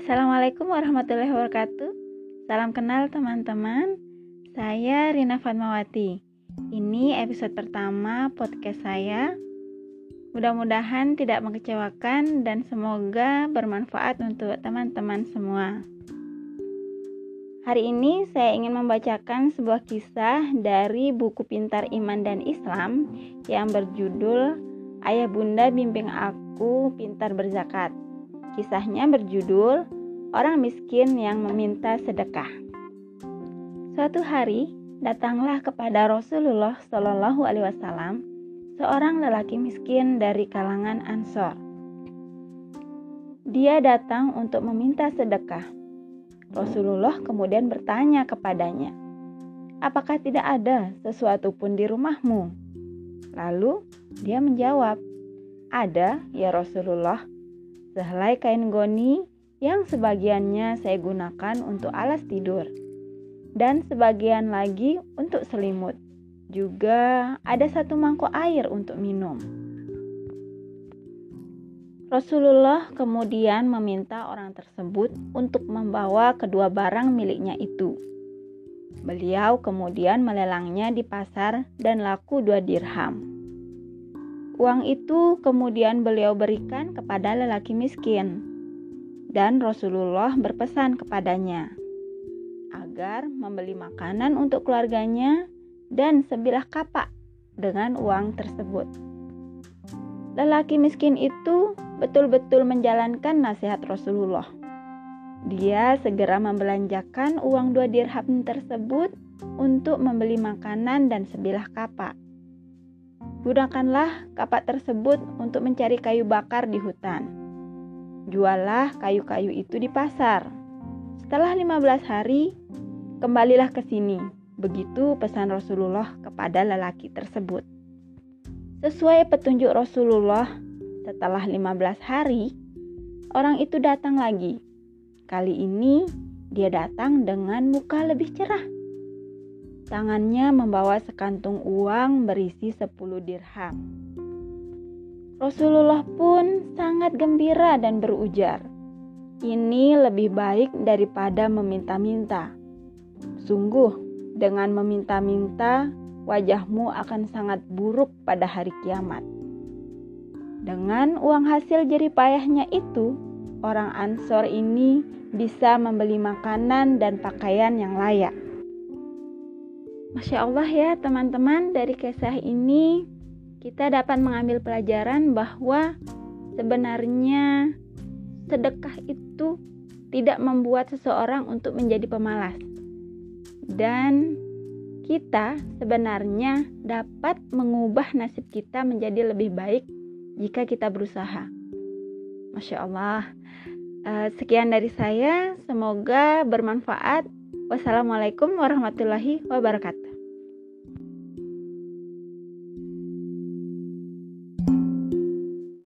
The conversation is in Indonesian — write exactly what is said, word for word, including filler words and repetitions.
Assalamualaikum warahmatullahi wabarakatuh. Salam kenal teman-teman. Saya Rina Fatmawati. Ini episode pertama podcast saya. Mudah-mudahan tidak mengecewakan dan semoga bermanfaat untuk teman-teman semua. Hari ini saya ingin membacakan sebuah kisah dari buku Pintar Iman dan Islam yang berjudul Ayah Bunda Bimbing Aku Pintar Berzakat. Kisahnya berjudul Orang Miskin yang Meminta Sedekah. Suatu hari datanglah kepada Rasulullah Shallallahu Alaihi Wasallam seorang lelaki miskin dari kalangan Ansor. Dia datang untuk meminta sedekah. Rasulullah kemudian bertanya kepadanya, "Apakah tidak ada sesuatu pun di rumahmu?" Lalu dia menjawab, "Ada ya Rasulullah, sehelai kain goni yang sebagiannya saya gunakan untuk alas tidur dan sebagian lagi untuk selimut. Juga ada satu mangkok air untuk minum." Rasulullah kemudian meminta orang tersebut untuk membawa kedua barang miliknya itu. Beliau kemudian melelangnya di pasar dan laku dua dirham. Uang itu kemudian beliau berikan kepada lelaki miskin. Dan Rasulullah berpesan kepadanya agar membeli makanan untuk keluarganya dan sebilah kapak dengan uang tersebut. Lelaki miskin itu betul-betul menjalankan nasihat Rasulullah. Dia segera membelanjakan uang dua dirham tersebut untuk membeli makanan dan sebilah kapak. Gunakanlah kapak tersebut untuk mencari kayu bakar di hutan. Juallah kayu-kayu itu di pasar. Setelah lima belas hari, kembalilah ke sini. Begitu pesan Rasulullah kepada lelaki tersebut. Sesuai petunjuk Rasulullah, setelah lima belas hari, orang itu datang lagi. Kali ini, dia datang dengan muka lebih cerah. Tangannya membawa sekantung uang berisi sepuluh dirham. Rasulullah pun sangat gembira dan berujar, "Ini lebih baik daripada meminta-minta. Sungguh, dengan meminta-minta, wajahmu akan sangat buruk pada hari kiamat." Dengan uang hasil jerih payahnya itu, orang Ansor ini bisa membeli makanan dan pakaian yang layak. Masya Allah ya teman-teman, dari kisah ini kita dapat mengambil pelajaran bahwa sebenarnya sedekah itu tidak membuat seseorang untuk menjadi pemalas. Dan kita sebenarnya dapat mengubah nasib kita menjadi lebih baik jika kita berusaha. Masya Allah. Sekian dari saya, semoga bermanfaat. Wassalamualaikum warahmatullahi wabarakatuh.